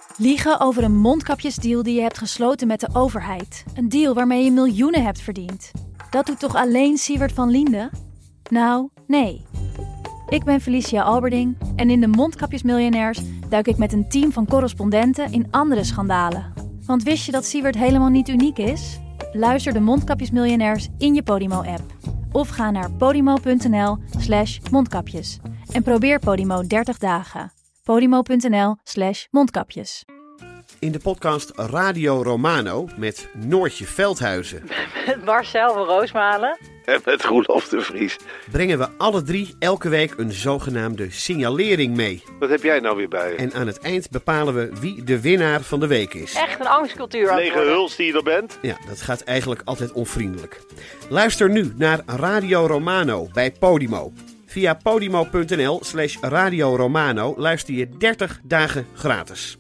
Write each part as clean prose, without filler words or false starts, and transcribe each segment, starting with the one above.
Liegen over een mondkapjesdeal die je hebt gesloten met de overheid. Een deal waarmee je miljoenen hebt verdiend. Dat doet toch alleen Siewert van Liende? Nou, nee. Ik ben Felicia Alberding en in de Mondkapjesmiljonairs duik ik met een team van correspondenten in andere schandalen. Want wist je dat Siewert helemaal niet uniek is? Luister de Mondkapjesmiljonairs in je Podimo-app. Of ga naar podimo.nl/mondkapjes. En probeer Podimo 30 dagen. Podimo.nl/mondkapjes. In de podcast Radio Romano met Noortje Veldhuizen. Met Marcel van Roosmalen. En met Roelof de Vries. Brengen we alle drie elke week een zogenaamde signalering mee. Wat heb jij nou weer bij je? En aan het eind bepalen we wie de winnaar van de week is. Echt een angstcultuur aan het Lege worden. huls die je er bent. Ja, dat gaat eigenlijk altijd onvriendelijk. Luister nu naar Radio Romano bij Podimo. Via podimo.nl/Radio Romano luister je 30 dagen gratis.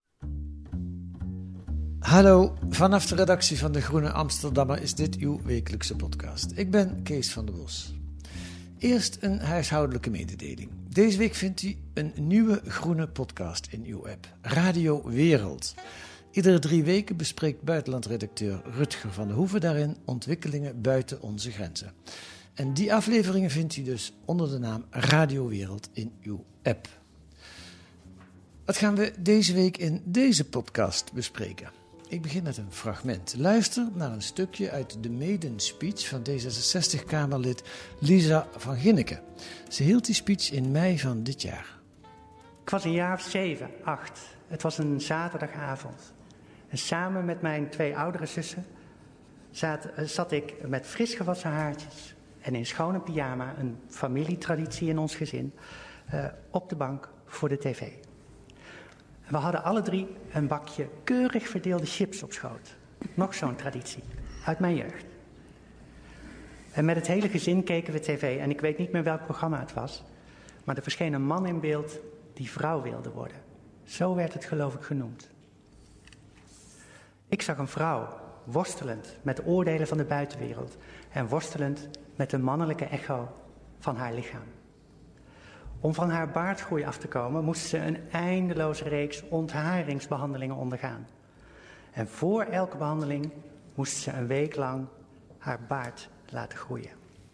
Hallo, vanaf de redactie van De Groene Amsterdammer is dit uw wekelijkse podcast. Ik ben Kees van der Bos. Eerst een huishoudelijke mededeling. Deze week vindt u een nieuwe groene podcast in uw app, Radio Wereld. Iedere 3 weken bespreekt buitenlandredacteur Rutger van der Hoeven daarin ontwikkelingen buiten onze grenzen. En die afleveringen vindt u dus onder de naam Radio Wereld in uw app. Wat gaan we deze week in deze podcast bespreken? Ik begin met een fragment. Luister naar een stukje uit de maiden speech van D66-Kamerlid Lisa van Ginneken. Ze hield die speech in mei van dit jaar. Ik was een jaar of 7, 8. Het was een zaterdagavond. En samen met mijn 2 oudere zussen zat ik met fris gewassen haartjes en in schone pyjama, een familietraditie in ons gezin, op de bank voor de tv. We hadden alle 3 een bakje keurig verdeelde chips op schoot. Nog zo'n traditie, uit mijn jeugd. En met het hele gezin keken we tv en ik weet niet meer welk programma het was. Maar er verscheen een man in beeld die vrouw wilde worden. Zo werd het geloof ik genoemd. Ik zag een vrouw worstelend met oordelen van de buitenwereld. En worstelend met de mannelijke echo van haar lichaam. Om van haar baardgroei af te komen moest ze een eindeloze reeks ontharingsbehandelingen ondergaan. En voor elke behandeling moest ze een week lang haar baard laten groeien.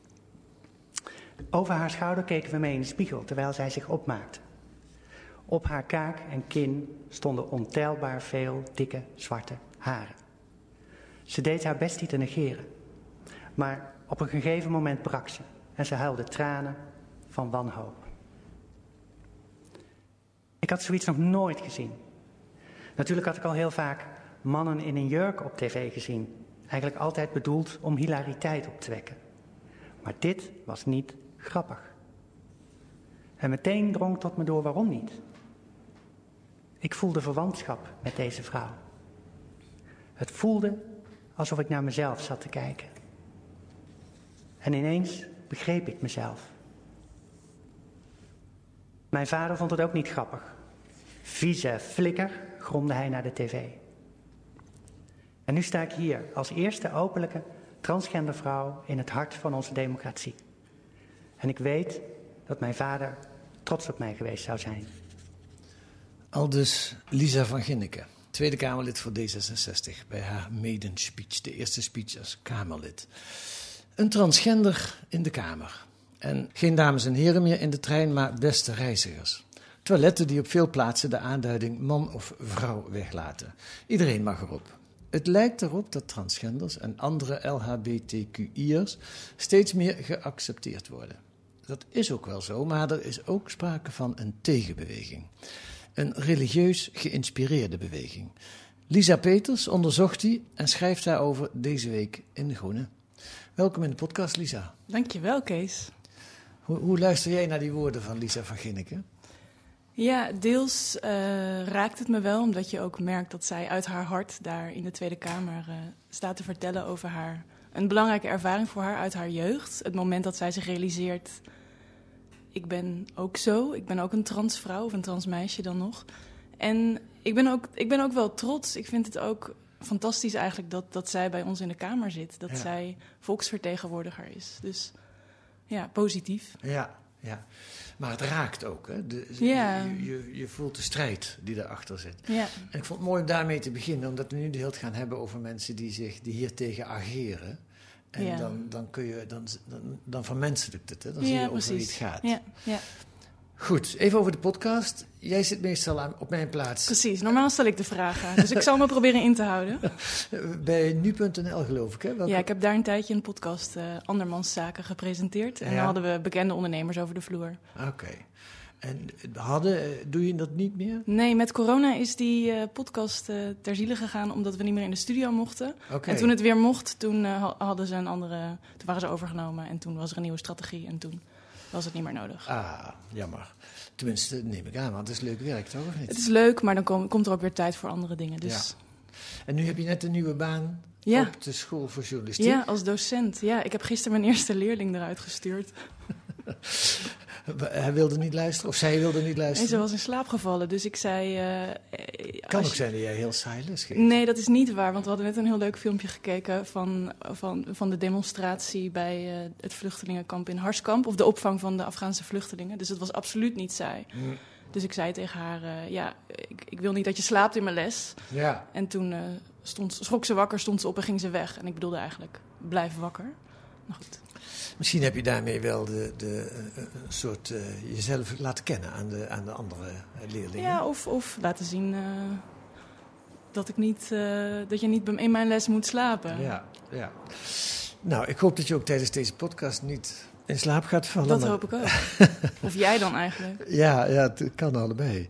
Over haar schouder keken we mee in de spiegel terwijl zij zich opmaakte. Op haar kaak en kin stonden ontelbaar veel dikke zwarte haren. Ze deed haar best niet te negeren. Maar op een gegeven moment brak ze en ze huilde tranen van wanhoop. Ik had zoiets nog nooit gezien. Natuurlijk had ik al heel vaak mannen in een jurk op tv gezien. Eigenlijk altijd bedoeld om hilariteit op te wekken. Maar dit was niet grappig. En meteen drong tot me door waarom niet. Ik voelde verwantschap met deze vrouw. Het voelde alsof ik naar mezelf zat te kijken. En ineens begreep ik mezelf. Mijn vader vond het ook niet grappig. Vieze flikker, gromde hij naar de tv. En nu sta ik hier als eerste openlijke transgender vrouw in het hart van onze democratie. En ik weet dat mijn vader trots op mij geweest zou zijn. Aldus Lisa van Ginneken, Tweede Kamerlid voor D66, bij haar maiden speech, de eerste speech als Kamerlid. Een transgender in de Kamer. En geen dames en heren meer in de trein, maar beste reizigers. Toiletten die op veel plaatsen de aanduiding man of vrouw weglaten. Iedereen mag erop. Het lijkt erop dat transgenders en andere LHBTQI'ers steeds meer geaccepteerd worden. Dat is ook wel zo, maar er is ook sprake van een tegenbeweging. Een religieus geïnspireerde beweging. Lisa Peters onderzocht die en schrijft daarover deze week in De Groene. Welkom in de podcast, Lisa. Dankjewel, Kees. Hoe luister jij naar die woorden van Lisa van Ginneken? Ja, deels raakt het me wel, omdat je ook merkt dat zij uit haar hart daar in de Tweede Kamer staat te vertellen over een belangrijke ervaring voor haar uit haar jeugd. Het moment dat zij zich realiseert, ik ben ook zo, ik ben ook een transvrouw of een transmeisje dan nog. En ik ben ook wel trots. Ik vind het ook fantastisch eigenlijk dat zij bij ons in de Kamer zit. Dat zij volksvertegenwoordiger is. Dus ja, positief. Ja, Ja. Maar het raakt ook, hè? Je voelt de strijd die daarachter zit. Ja. En ik vond het mooi om daarmee te beginnen, omdat we nu de hele tijd gaan hebben over mensen die hier tegen ageren. En dan vermenselijkt het, hè? Dan zie je over wie het gaat. Ja. Goed, even over de podcast. Jij zit meestal op mijn plaats. Precies, normaal stel ik de vragen. Dus ik zal me proberen in te houden. Bij nu.nl geloof ik, hè? Ja, ik heb daar een tijdje een podcast Andermans Zaken gepresenteerd. En dan hadden we bekende ondernemers over de vloer. Oké. En doe je dat niet meer? Nee, met corona is die podcast ter ziele gegaan omdat we niet meer in de studio mochten. Okay. En toen het weer mocht, toen hadden ze toen waren ze overgenomen en toen was er een nieuwe strategie en toen was het niet meer nodig. Ah, jammer. Tenminste, neem ik aan, want het is leuk werk, toch? Of niet? Het is leuk, maar dan komt er ook weer tijd voor andere dingen. Dus. Ja. En nu heb je net een nieuwe baan op de school voor journalistiek. Ja, als docent. Ja, ik heb gisteren mijn eerste leerling eruit gestuurd. Hij wilde niet luisteren, of zij wilde niet luisteren? Nee, ze was in slaap gevallen, dus ik zei... kan ook zijn dat jij heel saai les geeft. Nee, dat is niet waar, want we hadden net een heel leuk filmpje gekeken van de demonstratie bij het vluchtelingenkamp in Harskamp, of de opvang van de Afghaanse vluchtelingen. Dus het was absoluut niet saai. Dus ik zei tegen haar, ik wil niet dat je slaapt in mijn les. Ja. En toen schrok ze wakker, stond ze op en ging ze weg. En ik bedoelde eigenlijk, blijf wakker. Maar goed. Misschien heb je daarmee wel soort jezelf laten kennen aan de andere leerlingen. Ja, of laten zien dat je niet in mijn les moet slapen. Ja. Nou, ik hoop dat je ook tijdens deze podcast niet in slaap gaat vallen. Dat hoop ik ook. Of jij dan eigenlijk? Ja, het kan allebei.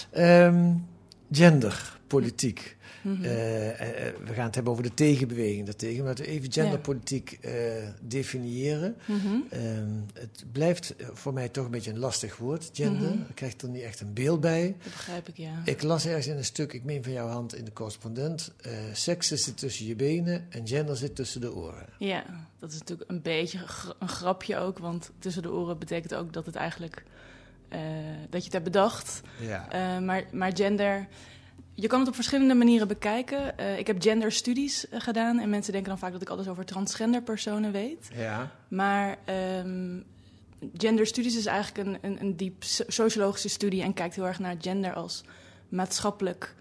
Gender, politiek. Mm-hmm. We gaan het hebben over de tegenbeweging daartegen. Maar even genderpolitiek definiëren. Mm-hmm. Het blijft voor mij toch een beetje een lastig woord, gender. Mm-hmm. Ik krijg er niet echt een beeld bij. Dat begrijp ik, ja. Ik las ergens in een stuk, ik meen van jouw hand in de correspondent. Seks zit tussen je benen en gender zit tussen de oren. Ja, dat is natuurlijk een beetje een grapje ook. Want tussen de oren betekent ook dat het eigenlijk... dat je het hebt bedacht. Ja. Maar gender... Je kan het op verschillende manieren bekijken. Ik heb genderstudies gedaan en mensen denken dan vaak dat ik alles over transgender personen weet. Ja. Maar genderstudies is eigenlijk een diep sociologische studie en kijkt heel erg naar gender als maatschappelijk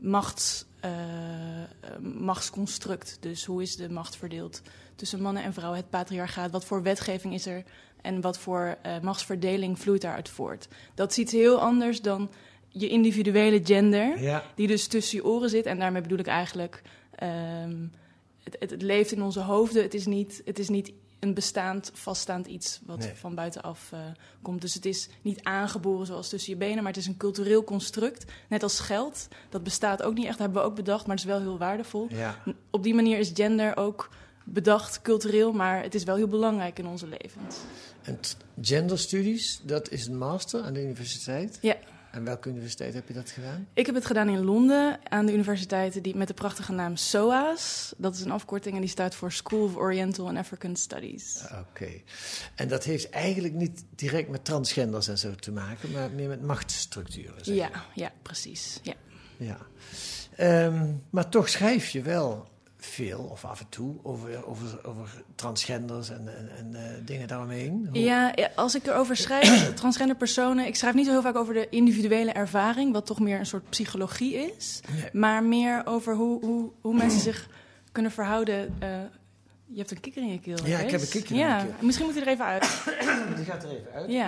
machtsconstruct. Dus hoe is de macht verdeeld tussen mannen en vrouwen, het patriarchaat, wat voor wetgeving is er en wat voor machtsverdeling vloeit daaruit voort. Dat is iets heel anders dan je individuele gender, die dus tussen je oren zit. En daarmee bedoel ik eigenlijk, het leeft in onze hoofden. Het is niet een vaststaand iets wat van buitenaf komt. Dus het is niet aangeboren zoals tussen je benen, maar het is een cultureel construct. Net als geld, dat bestaat ook niet echt, dat hebben we ook bedacht, maar het is wel heel waardevol. Ja. Op die manier is gender ook bedacht, cultureel, maar het is wel heel belangrijk in onze levens. En genderstudies, dat is een master aan de universiteit? Ja. En welke universiteit heb je dat gedaan? Ik heb het gedaan in Londen aan de universiteit met de prachtige naam SOAS. Dat is een afkorting en die staat voor School of Oriental and African Studies. Oké. En dat heeft eigenlijk niet direct met transgenders en zo te maken, maar meer met machtsstructuren. Ja, precies. Ja. Maar toch schrijf je wel veel, of af en toe, over transgenders en dingen daaromheen? Ja, als ik erover schrijf, transgender personen, ik schrijf niet zo heel vaak over de individuele ervaring, wat toch meer een soort psychologie is, maar meer over hoe mensen zich kunnen verhouden. Je hebt een kikker in je keel. Ja, ik heb een kikker in je keel. Misschien moet hij er even uit. Die gaat er even uit. Ja.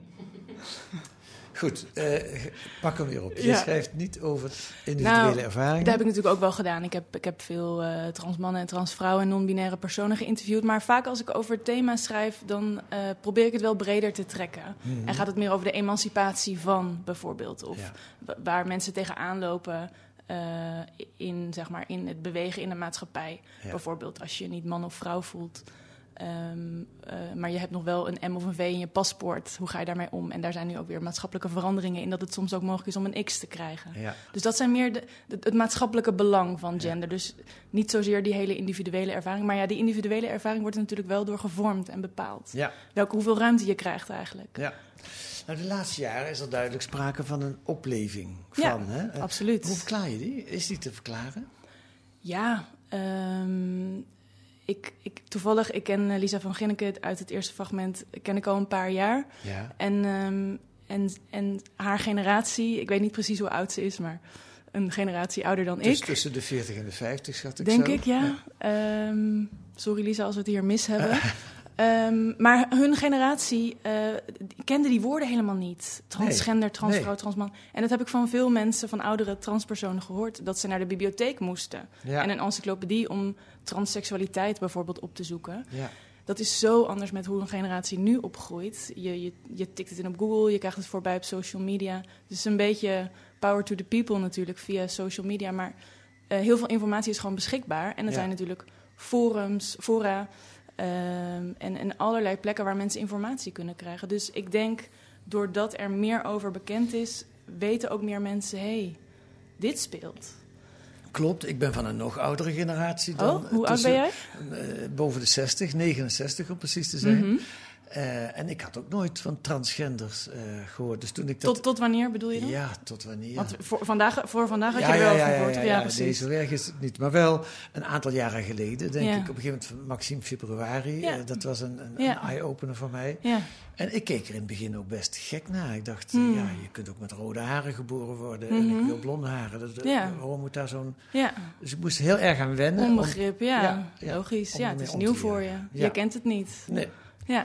Goed, pak hem weer op. Je schrijft niet over individuele ervaringen. Dat heb ik natuurlijk ook wel gedaan. Ik heb veel transmannen en transvrouwen en non-binaire personen geïnterviewd. Maar vaak als ik over het thema schrijf, dan probeer ik het wel breder te trekken. Mm-hmm. En gaat het meer over de emancipatie van, bijvoorbeeld. Of waar mensen tegenaan lopen in het bewegen in de maatschappij. Ja. Bijvoorbeeld als je je niet man of vrouw voelt. Maar je hebt nog wel een M of een V in je paspoort. Hoe ga je daarmee om? En daar zijn nu ook weer maatschappelijke veranderingen in, dat het soms ook mogelijk is om een X te krijgen. Ja. Dus dat zijn meer het maatschappelijke belang van gender. Ja. Dus niet zozeer die hele individuele ervaring. Maar die individuele ervaring wordt er natuurlijk wel door gevormd en bepaald. Ja. Hoeveel ruimte je krijgt eigenlijk. Ja. Nou, de laatste jaren is er duidelijk sprake van een opleving van. Hè? Absoluut. Hoe verklaar je die? Is die te verklaren? Ja, Toevallig, ik ken Lisa van Ginneken uit het eerste fragment, ken ik al een paar jaar. Ja. En haar generatie, ik weet niet precies hoe oud ze is, maar een generatie ouder dan Dus ik. tussen de 40 en de 50, schat ik Denk zo. ik, ja. Sorry Lisa als we het hier mis hebben. Maar hun generatie kende die woorden helemaal niet. Transgender, transvrouw, transman. En dat heb ik van veel mensen, van oudere transpersonen gehoord. Dat ze naar de bibliotheek moesten. Ja. En een encyclopedie om transseksualiteit bijvoorbeeld op te zoeken. Ja. Dat is zo anders met hoe een generatie nu opgroeit. Je tikt het in op Google, je krijgt het voorbij op social media. Dus een beetje power to the people natuurlijk via social media. Maar heel veel informatie is gewoon beschikbaar. En er zijn natuurlijk forums, fora... en allerlei plekken waar mensen informatie kunnen krijgen. Dus ik denk, doordat er meer over bekend is, weten ook meer mensen, dit speelt. Klopt, ik ben van een nog oudere generatie dan. Hoe oud ben jij? Boven de 60, 69 om precies te zijn. Mm-hmm. En ik had ook nooit van transgenders gehoord. Dus toen ik dat... Tot wanneer bedoel je dan? Ja, tot wanneer. Want voor vandaag had je er wel over gehoord. Ja, precies. Nee, zo erg is het niet. Maar wel een aantal jaren geleden, denk ik, op een gegeven moment van Maxime Februari. Ja. Dat was een eye-opener voor mij. Ja. En ik keek er in het begin ook best gek naar. Ik dacht, je kunt ook met rode haren geboren worden. En ik wil blonde haren. Waarom moet daar zo'n... Ja. Dus ik moest heel erg aan wennen. Onbegrip, logisch. Ja, het is nieuw voor je. Ja. Je kent het niet. Nee. Ja.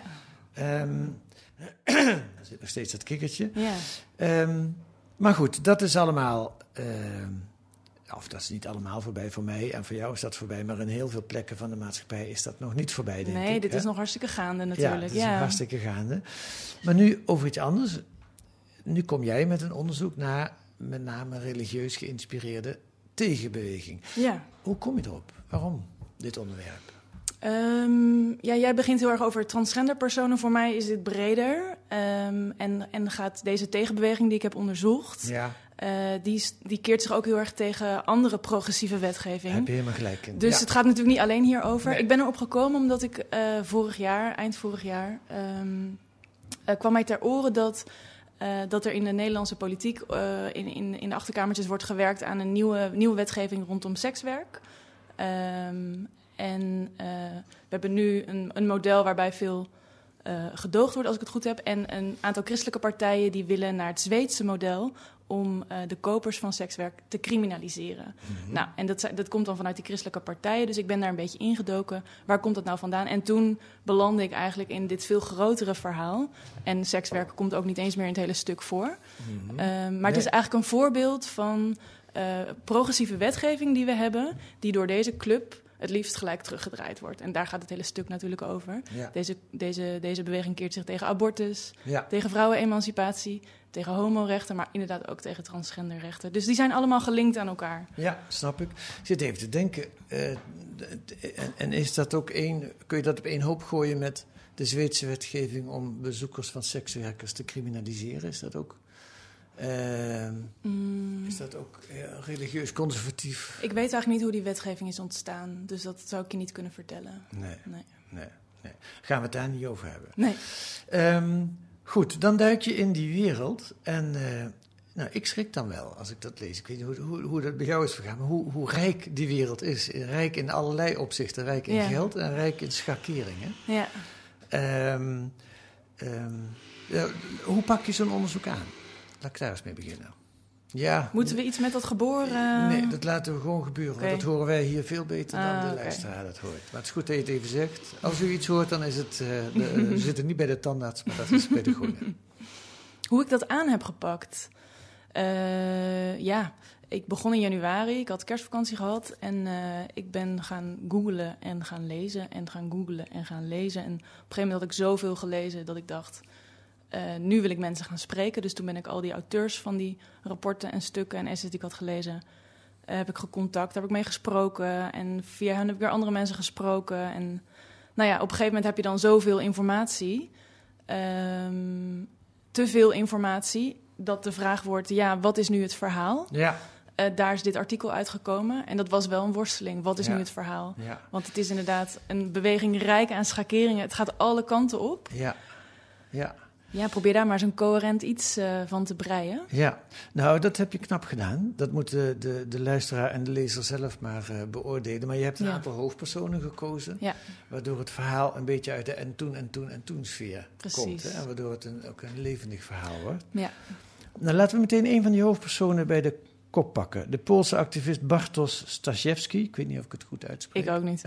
Er zit nog steeds dat kikkertje. Ja. Maar goed, dat is allemaal... of dat is niet allemaal voorbij voor mij. En voor jou is dat voorbij. Maar in heel veel plekken van de maatschappij is dat nog niet voorbij, denk ik. Nee, dit is nog hartstikke gaande natuurlijk. Ja, dit is nog hartstikke gaande. Maar nu over iets anders. Nu kom jij met een onderzoek naar met name religieus geïnspireerde tegenbeweging. Ja. Hoe kom je erop? Waarom dit onderwerp? Jij begint heel erg over transgender personen. Voor mij is dit breder. En gaat deze tegenbeweging die ik heb onderzocht... Ja. Die keert zich ook heel erg tegen andere progressieve wetgeving. Heb je helemaal gelijk in. Dus het gaat natuurlijk niet alleen hierover. Nee. Ik ben erop gekomen omdat ik eind vorig jaar... kwam mij ter oren dat er in de Nederlandse politiek... in de achterkamertjes wordt gewerkt aan een nieuwe wetgeving rondom sekswerk... we hebben nu een model waarbij veel gedoogd wordt, als ik het goed heb. En een aantal christelijke partijen die willen naar het Zweedse model... om de kopers van sekswerk te criminaliseren. Mm-hmm. Nou, en dat komt dan vanuit die christelijke partijen. Dus ik ben daar een beetje ingedoken. Waar komt dat nou vandaan? En toen belandde ik eigenlijk in dit veel grotere verhaal. En sekswerk komt ook niet eens meer in het hele stuk voor. Mm-hmm. Maar het is eigenlijk een voorbeeld van progressieve wetgeving die we hebben... die door deze club... het liefst gelijk teruggedraaid wordt. En daar gaat het hele stuk natuurlijk over. Ja. Deze beweging keert zich tegen abortus... tegen vrouwenemancipatie... tegen homorechten, maar inderdaad ook tegen transgenderrechten. Dus die zijn allemaal gelinkt aan elkaar. Ja, snap ik. Ik zit even te denken... en is dat ook kun je dat op één hoop gooien met de Zweedse wetgeving... om bezoekers van sekswerkers te criminaliseren? Is dat ook... Is dat ook religieus conservatief? Ik weet eigenlijk niet hoe die wetgeving is ontstaan. Dus dat zou ik je niet kunnen vertellen. Nee. Gaan we het daar niet over hebben? Nee. Goed, dan duik je in die wereld. En ik schrik dan wel als ik dat lees. Ik weet niet hoe dat bij jou is vergaan. Maar hoe rijk die wereld is. Rijk in allerlei opzichten. Rijk in geld en rijk in schakeringen. Ja. Hoe pak je zo'n onderzoek aan? Laat ik daar eens mee beginnen. Ja. Moeten we iets met dat geboren... Nee, dat laten we gewoon gebeuren. Okay. Want dat horen wij hier veel beter dan de luisteraar dat hoort. Maar het is goed dat je het even zegt. Als u iets hoort, dan is het... we zitten niet bij de tandarts, maar dat is bij de groene. Hoe ik dat aan heb gepakt? Ik begon in januari. Ik had kerstvakantie gehad. En ik ben gaan googlen en gaan lezen. En gaan googlen en gaan lezen. En op een gegeven moment had ik zoveel gelezen dat ik dacht... nu wil ik mensen gaan spreken. Dus toen ben ik al die auteurs van die rapporten en stukken en essays die ik had gelezen... heb ik gecontact, daar heb ik mee gesproken. En via hen heb ik weer andere mensen gesproken. En op een gegeven moment heb je dan zoveel informatie. Te veel informatie, dat de vraag wordt... wat is nu het verhaal? Ja. Daar is dit artikel uitgekomen. En dat was wel een worsteling. Wat is nu het verhaal? Ja. Want het is inderdaad een beweging rijk aan schakeringen. Het gaat alle kanten op. Ja. Ja, probeer daar maar eens een coherent iets van te breien. Ja, nou, dat heb je knap gedaan. Dat moeten de luisteraar en de lezer zelf maar beoordelen. Maar je hebt een aantal hoofdpersonen gekozen, waardoor het verhaal een beetje uit de en toen sfeer komt. Hè? En waardoor het ook een levendig verhaal wordt. Ja. Nou, laten we meteen een van die hoofdpersonen bij de kop pakken. De Poolse activist Bartosz Staszewski. Ik weet niet of ik het goed uitspreek. Ik ook niet.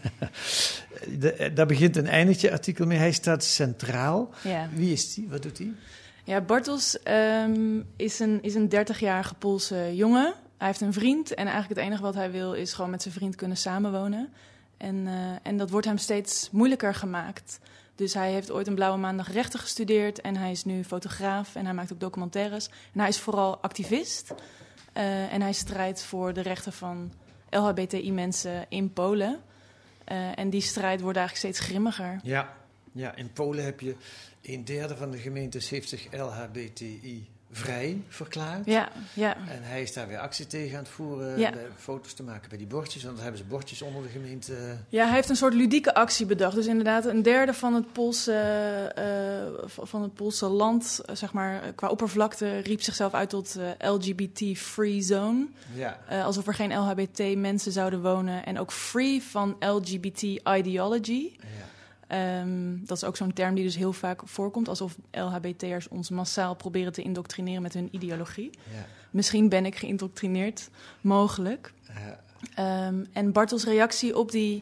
Daar begint en eindigt je artikel mee. Hij staat centraal. Ja. Wie is die? Wat doet hij? Ja, Bartosz is een 30-jarige Poolse jongen. Hij heeft een vriend en eigenlijk het enige wat hij wil is gewoon met zijn vriend kunnen samenwonen. En dat wordt hem steeds moeilijker gemaakt. Dus hij heeft ooit een blauwe maandag rechten gestudeerd en hij is nu fotograaf en hij maakt ook documentaires. En hij is vooral activist en hij strijdt voor de rechten van LHBTI-mensen in Polen. En die strijd wordt eigenlijk steeds grimmiger. Ja, in Polen heb je 1/3 van de gemeentes heeft zich LHBTI vrij verklaard. Ja. En hij is daar weer actie tegen aan het voeren, foto's te maken bij die bordjes, want dan hebben ze bordjes onder de gemeente. Ja, hij heeft een soort ludieke actie bedacht. Dus inderdaad, 1/3 van het Poolse land, zeg maar, qua oppervlakte, riep zichzelf uit tot LGBT-free zone. Ja. Alsof er geen LHBT-mensen zouden wonen en ook free van LGBT-ideology. Ja. Dat is ook zo'n term die dus heel vaak voorkomt, alsof LHBT'ers ons massaal proberen te indoctrineren met hun ideologie. Ja. Misschien ben ik geïndoctrineerd, mogelijk. Ja. En Bartosz' reactie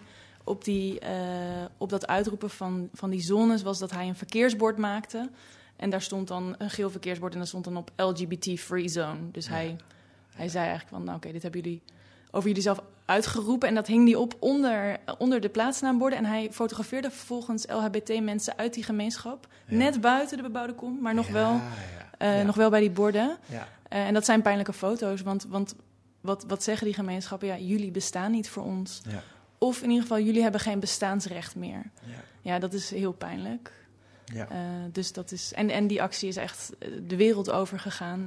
op dat uitroepen van die zones was dat hij een verkeersbord maakte. En daar stond dan een geel verkeersbord en daar stond dan op LGBT-free zone. Dus hij zei eigenlijk van, nou oké, dit hebben jullie over jullie zelf uitgeroepen. En dat hing die op onder de plaatsnaamborden. En hij fotografeerde vervolgens LHBT-mensen uit die gemeenschap. Ja. Net buiten de bebouwde kom, maar nog wel bij die borden. Ja. En dat zijn pijnlijke foto's, want wat zeggen die gemeenschappen? Ja, jullie bestaan niet voor ons. Ja. Of in ieder geval, jullie hebben geen bestaansrecht meer. Ja, dat is heel pijnlijk. Ja. Dus dat is, en die actie is echt de wereld over gegaan.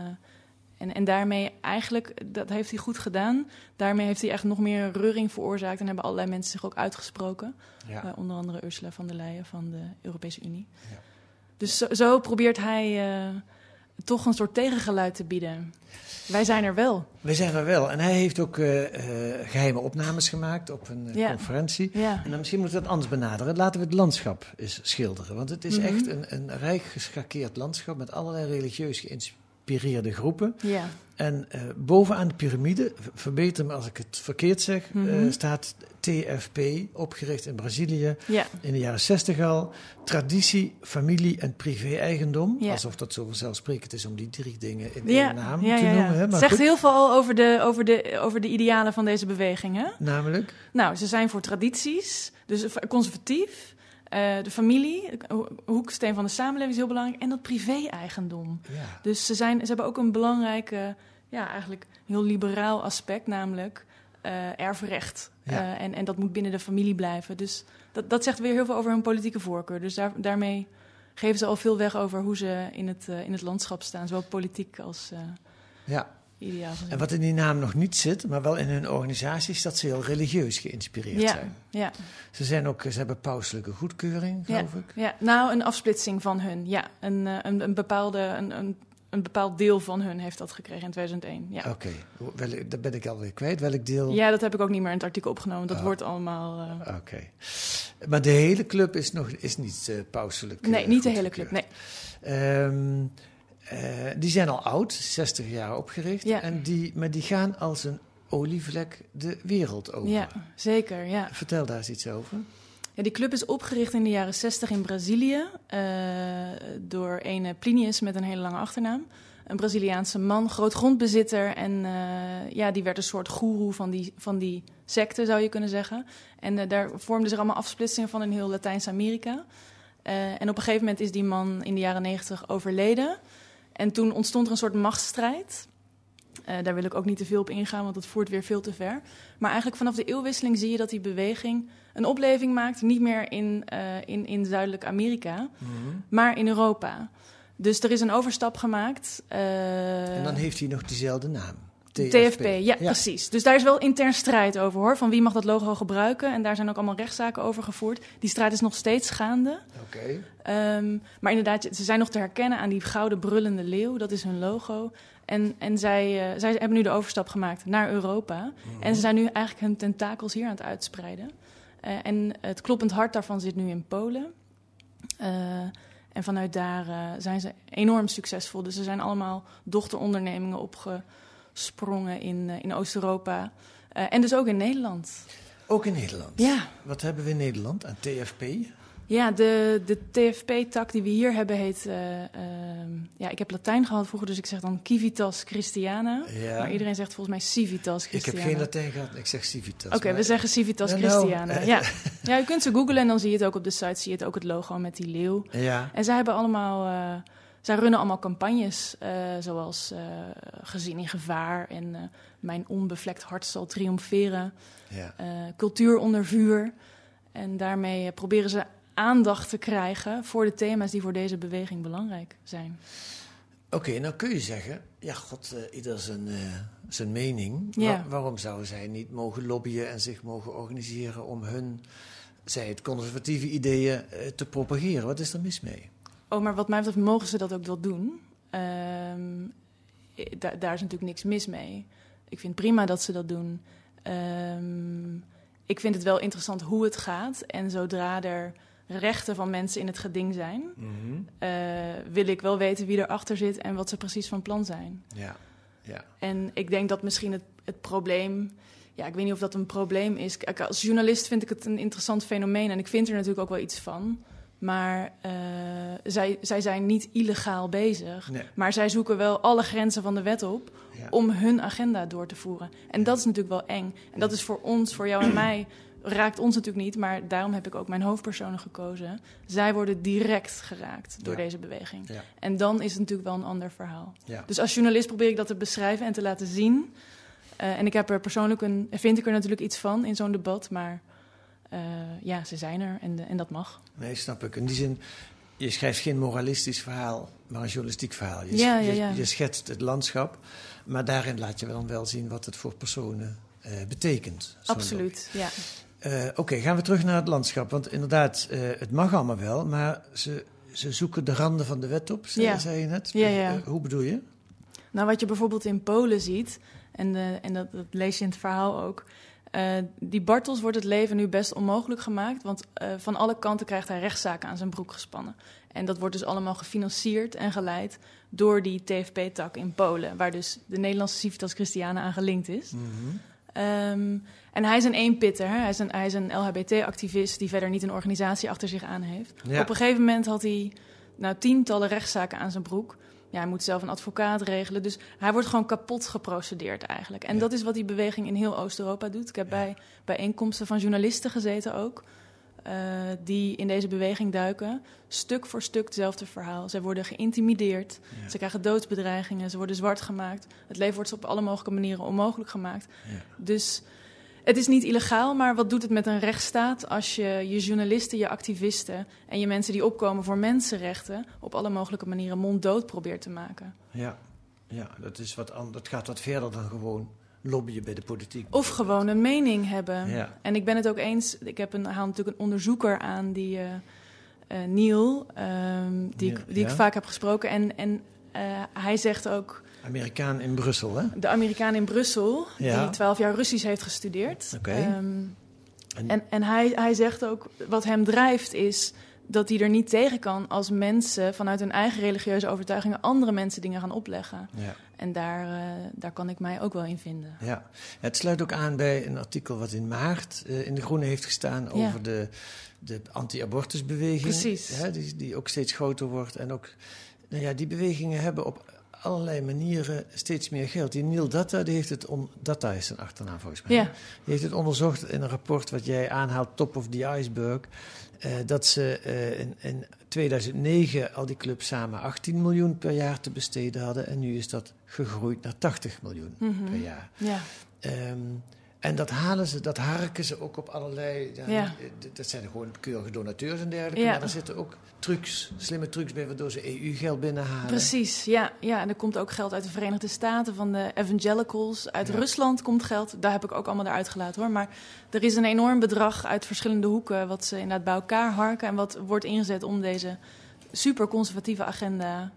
En daarmee eigenlijk, dat heeft hij goed gedaan. Daarmee heeft hij echt nog meer reuring veroorzaakt. En hebben allerlei mensen zich ook uitgesproken. Ja. Onder andere Ursula von der Leyen van de Europese Unie. Ja. Dus zo probeert hij toch een soort tegengeluid te bieden. Wij zijn er wel. Wij zijn er wel. En hij heeft ook geheime opnames gemaakt op een conferentie. Ja. En dan misschien moeten we dat anders benaderen. Laten we het landschap eens schilderen. Want het is echt een rijk geschakeerd landschap met allerlei religieus geïnspireerde groepen. Ja. En bovenaan de piramide, verbeter me als ik het verkeerd zeg, staat TFP, opgericht in Brazilië in de jaren 60 al. Traditie, familie en privé-eigendom. Ja. Alsof dat zo vanzelfsprekend is om die 3 dingen in één naam te noemen. Hè? Het zegt heel veel over de idealen van deze beweging. Hè? Namelijk? Nou, ze zijn voor tradities, dus conservatief. De familie, hoeksteen van de samenleving is heel belangrijk. En dat privé-eigendom. Ja. Dus ze hebben ook een belangrijke, eigenlijk heel liberaal aspect, namelijk erfrecht. Ja. En dat moet binnen de familie blijven. Dus dat zegt weer heel veel over hun politieke voorkeur. Dus daarmee geven ze al veel weg over hoe ze in het landschap staan. Zowel politiek als ideaal. En wat in die naam nog niet zit, maar wel in hun organisatie, is dat ze heel religieus geïnspireerd zijn. Ja. Ze hebben pauselijke goedkeuring, geloof ik. Ja, nou, een afsplitsing van hun. Ja, een bepaald deel van hun heeft dat gekregen in 2001. Ja. Oké, dat ben ik alweer kwijt. Welk deel? Ja, dat heb ik ook niet meer in het artikel opgenomen. Dat wordt allemaal. Oké. Maar de hele club is niet pauselijk. Nee, niet de hele club. Nee. Die zijn al oud, 60 jaar opgericht. Ja. Maar die gaan als een olievlek de wereld over. Ja, zeker. Ja. Vertel daar eens iets over. Ja, die club is opgericht in de jaren 60 in Brazilië door een Plinius met een hele lange achternaam. Een Braziliaanse man, groot grondbezitter. En die werd een soort goeroe van die secte, zou je kunnen zeggen. En daar vormden zich allemaal afsplitsingen van in heel Latijns-Amerika. En op een gegeven moment is die man in de jaren 90 overleden. En toen ontstond er een soort machtsstrijd. Daar wil ik ook niet te veel op ingaan, want dat voert weer veel te ver. Maar eigenlijk vanaf de eeuwwisseling zie je dat die beweging een opleving maakt. Niet meer in Zuidelijk Amerika, maar in Europa. Dus er is een overstap gemaakt. En dan heeft hij nog diezelfde naam. TFP. Ja, precies. Dus daar is wel intern strijd over, hoor. Van wie mag dat logo gebruiken? En daar zijn ook allemaal rechtszaken over gevoerd. Die strijd is nog steeds gaande. Oké. Maar inderdaad, ze zijn nog te herkennen aan die gouden brullende leeuw. Dat is hun logo. En zij hebben nu de overstap gemaakt naar Europa. Mm-hmm. En ze zijn nu eigenlijk hun tentakels hier aan het uitspreiden. En het kloppend hart daarvan zit nu in Polen. En vanuit daar zijn ze enorm succesvol. Dus er zijn allemaal dochterondernemingen opgesprongen in Oost-Europa. En dus ook in Nederland. Ook in Nederland? Ja. Wat hebben we in Nederland aan TFP? Ja, de TFP-tak die we hier hebben heet... ik heb Latijn gehad vroeger, dus ik zeg dan Civitas Christiana. Ja. Maar iedereen zegt volgens mij Civitas Christiana. Ik heb geen Latijn gehad, ik zeg Civitas. Oké, we zeggen Civitas Christiana. Ja. Ja, je kunt ze googlen en dan zie je het ook op de site. Zie je het ook het logo met die leeuw. Ja. En zij hebben allemaal... zij runnen allemaal campagnes, zoals Gezin in Gevaar en Mijn onbevlekt hart zal triomferen. Ja. Cultuur onder vuur. En daarmee proberen ze aandacht te krijgen voor de thema's die voor deze beweging belangrijk zijn. Oké, nou kun je zeggen, ja god, ieder zijn mening. Ja. Waarom zouden zij niet mogen lobbyen en zich mogen organiseren om hun, zij het conservatieve ideeën te propageren? Wat is er mis mee? Oh, maar wat mij betreft mogen ze dat ook wel doen. Daar is natuurlijk niks mis mee. Ik vind prima dat ze dat doen. Ik vind het wel interessant hoe het gaat. En zodra er rechten van mensen in het geding zijn... Mm-hmm. Wil ik wel weten wie erachter zit en wat ze precies van plan zijn. Ja. Ja. En ik denk dat misschien het probleem... Ja, ik weet niet of dat een probleem is. Kijk, als journalist vind ik het een interessant fenomeen... en ik vind er natuurlijk ook wel iets van... Maar zij zijn niet illegaal bezig. Nee. Maar zij zoeken wel alle grenzen van de wet op... Ja. om hun agenda door te voeren. En dat is natuurlijk wel eng. En dat is voor ons, voor jou en mij... raakt ons natuurlijk niet, maar daarom heb ik ook mijn hoofdpersonen gekozen. Zij worden direct geraakt door deze beweging. Ja. En dan is het natuurlijk wel een ander verhaal. Ja. Dus als journalist probeer ik dat te beschrijven en te laten zien. En ik heb er persoonlijk vind ik er natuurlijk iets van in zo'n debat, maar... ze zijn er en dat mag. Nee, snap ik. In die zin, je schrijft geen moralistisch verhaal, maar een journalistiek verhaal. Je schetst het landschap, maar daarin laat je dan wel zien wat het voor personen betekent. Absoluut, ja. Oké, gaan we terug naar het landschap. Want inderdaad, het mag allemaal wel, maar ze zoeken de randen van de wet op, zei je net. Ja. Hoe bedoel je? Nou, wat je bijvoorbeeld in Polen ziet, en dat lees je in het verhaal ook... die Bartels wordt het leven nu best onmogelijk gemaakt... want van alle kanten krijgt hij rechtszaken aan zijn broek gespannen. En dat wordt dus allemaal gefinancierd en geleid... door die TFP-tak in Polen... waar dus de Nederlandse Civitas Christiana aan gelinkt is. Mm-hmm. En hij is een eenpitter. Hè? Hij is een LHBT-activist... die verder niet een organisatie achter zich aan heeft. Ja. Op een gegeven moment had hij tientallen rechtszaken aan zijn broek... Ja, hij moet zelf een advocaat regelen. Dus hij wordt gewoon kapot geprocedeerd eigenlijk. En dat is wat die beweging in heel Oost-Europa doet. Ik heb bij bijeenkomsten van journalisten gezeten ook... die in deze beweging duiken. Stuk voor stuk hetzelfde verhaal. Zij worden geïntimideerd. Ja. Ze krijgen doodsbedreigingen. Ze worden zwart gemaakt. Het leven wordt ze op alle mogelijke manieren onmogelijk gemaakt. Ja. Dus... Het is niet illegaal, maar wat doet het met een rechtsstaat... als je journalisten, je activisten en je mensen die opkomen voor mensenrechten... op alle mogelijke manieren monddood probeert te maken? Ja, dat gaat wat verder dan gewoon lobbyen bij de politiek. Of gewoon een mening hebben. Ja. En ik ben het ook eens, haal natuurlijk een onderzoeker aan, die Neil... die ik vaak heb gesproken. En hij zegt ook... Amerikaan in Brussel, hè? De Amerikaan in Brussel, die 12 jaar Russisch heeft gestudeerd. Okay. En hij zegt ook, wat hem drijft is dat hij er niet tegen kan... als mensen vanuit hun eigen religieuze overtuigingen... andere mensen dingen gaan opleggen. Ja. En daar kan ik mij ook wel in vinden. Ja, het sluit ook aan bij een artikel wat in maart in De Groene heeft gestaan... over de anti-abortusbeweging. Precies. Hè, die ook steeds groter wordt. En ook, die bewegingen hebben op... allerlei manieren steeds meer geld. Die Neil Data, Data is zijn achternaam volgens mij. Ja. Die heeft het onderzocht in een rapport wat jij aanhaalt, Top of the Iceberg, dat ze in 2009 al die clubs samen 18 miljoen per jaar te besteden hadden en nu is dat gegroeid naar 80 miljoen per jaar. Ja. En dat harken ze ook op allerlei... Dat zijn gewoon keurige donateurs en dergelijke. Ja. Maar er zitten ook slimme trucs bij, waardoor ze EU-geld binnenhalen. Precies, ja. En er komt ook geld uit de Verenigde Staten, van de evangelicals. Uit Rusland komt geld. Daar heb ik ook allemaal eruit gelaten, hoor. Maar er is een enorm bedrag uit verschillende hoeken, wat ze inderdaad bij elkaar harken en wat wordt ingezet om deze super conservatieve agenda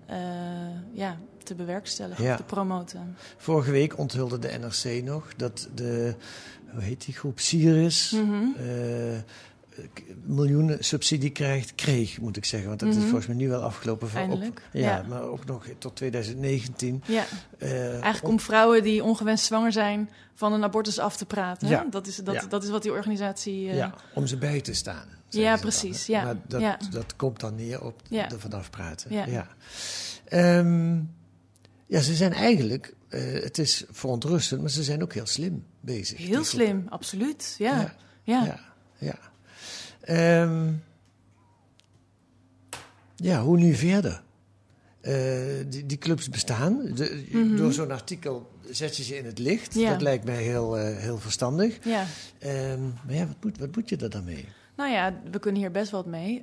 te bewerkstelligen, of te promoten. Vorige week onthulde de NRC nog dat hoe heet die groep, Syrisch, miljoenen subsidie kreeg, moet ik zeggen. Want dat is volgens mij nu wel afgelopen. Eindelijk. Maar ook nog tot 2019. Ja. Eigenlijk om vrouwen die ongewenst zwanger zijn van een abortus af te praten. Ja. Dat is wat die organisatie... om ze bij te staan. Ja, precies. Ja. Maar dat komt dan neer op er vanaf praten. Ja. Ze zijn eigenlijk... het is verontrustend, maar ze zijn ook heel slim bezig. Heel slim, absoluut. Ja. Hoe nu verder? Die clubs bestaan. Door zo'n artikel zet je ze in het licht. Ja. Dat lijkt mij heel verstandig. Ja. Maar wat moet je er dan mee? Nou ja, we kunnen hier best wat mee.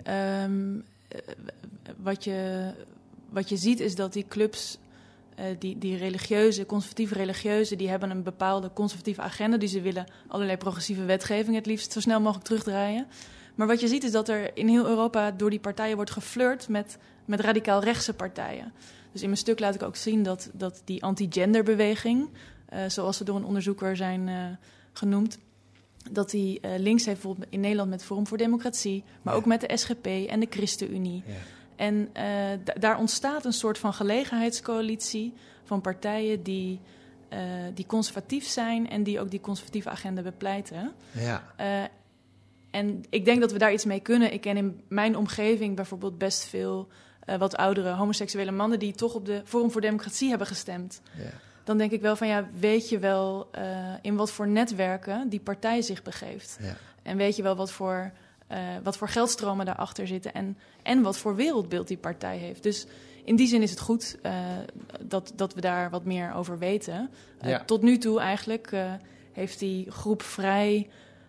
Wat je ziet is dat die clubs... Die religieuze, conservatieve religieuzen, die hebben een bepaalde conservatieve agenda. Die ze willen allerlei progressieve wetgeving het liefst zo snel mogelijk terugdraaien. Maar wat je ziet is dat er in heel Europa door die partijen wordt geflirt met radicaal rechtse partijen. Dus in mijn stuk laat ik ook zien dat die anti-genderbeweging, zoals ze door een onderzoeker zijn genoemd, dat die links heeft bijvoorbeeld in Nederland met Forum voor Democratie, maar ook met de SGP en de ChristenUnie. Ja. En daar ontstaat een soort van gelegenheidscoalitie van partijen die conservatief zijn en die ook die conservatieve agenda bepleiten. Ja. En ik denk dat we daar iets mee kunnen. Ik ken in mijn omgeving bijvoorbeeld best veel wat oudere homoseksuele mannen die toch op de Forum voor Democratie hebben gestemd. Ja. Dan denk ik wel van weet je wel in wat voor netwerken die partij zich begeeft. Ja. En weet je wel wat voor geldstromen daarachter zitten en wat voor wereldbeeld die partij heeft. Dus in die zin is het goed dat we daar wat meer over weten. Tot nu toe eigenlijk heeft die groep vrij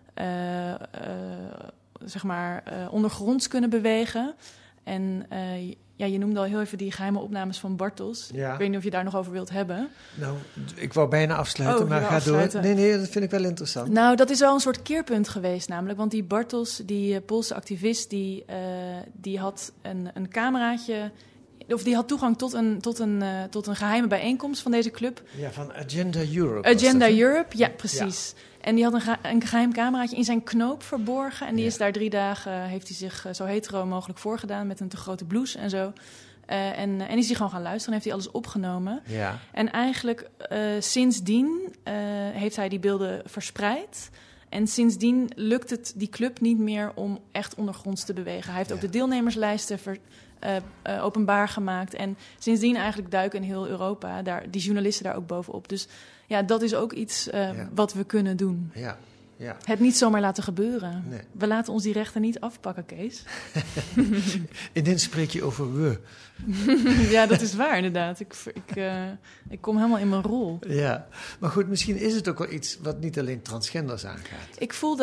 ondergronds kunnen bewegen. En je noemde al heel even die geheime opnames van Bartels. Ja. Ik weet niet of je daar nog over wilt hebben. Nou, ik wou bijna afsluiten, maar ga door. Nee, dat vind ik wel interessant. Nou, dat is wel een soort keerpunt geweest namelijk. Want die Bartels, die Poolse activist, die had een cameraatje... Of die had toegang tot een geheime bijeenkomst van deze club. Ja, van Agenda Europe. Agenda Europe, ja, precies. Ja. En die had een geheim cameraatje in zijn knoop verborgen. En die is daar 3 dagen, heeft hij zich zo hetero mogelijk voorgedaan met een te grote blouse en zo. En is hij gewoon gaan luisteren en heeft hij alles opgenomen. Ja. En eigenlijk sindsdien heeft hij die beelden verspreid. En sindsdien lukt het die club niet meer om echt ondergronds te bewegen. Hij heeft ook de deelnemerslijsten openbaar gemaakt. En sindsdien eigenlijk duiken in heel Europa die journalisten daar ook bovenop. Dus ja, dat is ook iets wat we kunnen doen. Ja. Ja. Het niet zomaar laten gebeuren. Nee. We laten ons die rechten niet afpakken, Kees. Ineens spreek je over we. Ja, dat is waar inderdaad. Ik kom helemaal in mijn rol. Ja, maar goed, misschien is het ook wel iets wat niet alleen transgenders aangaat. Ik voel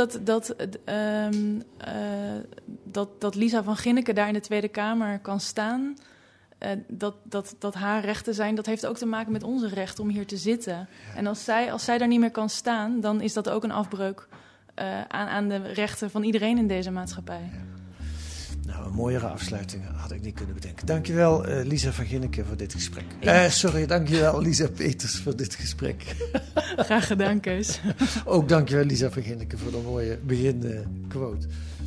dat Lisa van Ginneken daar in de Tweede Kamer kan staan. Dat haar rechten zijn, dat heeft ook te maken met onze recht om hier te zitten. Ja. En als zij daar niet meer kan staan, dan is dat ook een afbreuk aan de rechten van iedereen in deze maatschappij. Ja. Nou, een mooiere afsluiting had ik niet kunnen bedenken. Dankjewel Lisa van Ginneken voor dit gesprek. Dankjewel Lisa Peters voor dit gesprek. Graag gedaan, Kees. Ook dankjewel Lisa van Ginneken voor de mooie beginquote.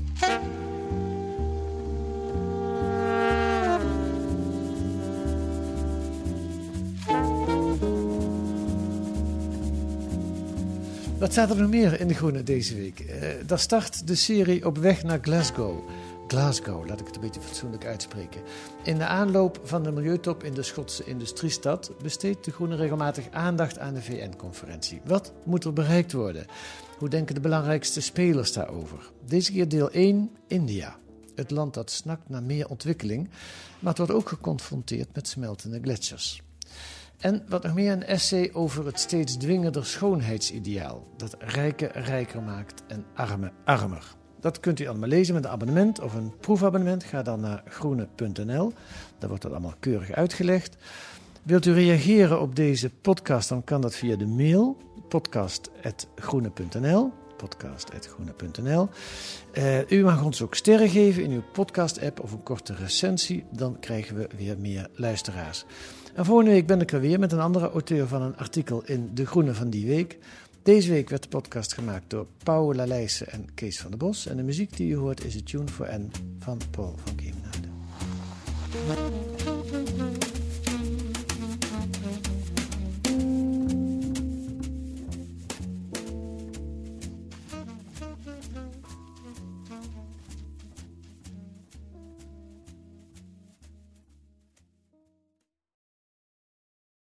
Wat staat er nog meer in De Groene deze week? Daar start de serie Op weg naar Glasgow. Glasgow, laat ik het een beetje fatsoenlijk uitspreken. In de aanloop van de milieutop in de Schotse industriestad besteedt De Groene regelmatig aandacht aan de VN-conferentie. Wat moet er bereikt worden? Hoe denken de belangrijkste spelers daarover? Deze keer deel 1, India. Het land dat snakt naar meer ontwikkeling, maar het wordt ook geconfronteerd met smeltende gletsjers. En wat nog meer, een essay over het steeds dwingender schoonheidsideaal. Dat rijken rijker maakt en armen armer. Dat kunt u allemaal lezen met een abonnement of een proefabonnement. Ga dan naar groene.nl. Daar wordt dat allemaal keurig uitgelegd. Wilt u reageren op deze podcast, dan kan dat via de mail podcast@groene.nl. U mag ons ook sterren geven in uw podcast-app of een korte recensie. Dan krijgen we weer meer luisteraars. En volgende week ben ik er weer met een andere auteur van een artikel in De Groene van die week. Deze week werd de podcast gemaakt door Paul Lalijsse en Kees van der Bos. En de muziek die u hoort is A Tune for N van Paul van Kemenade.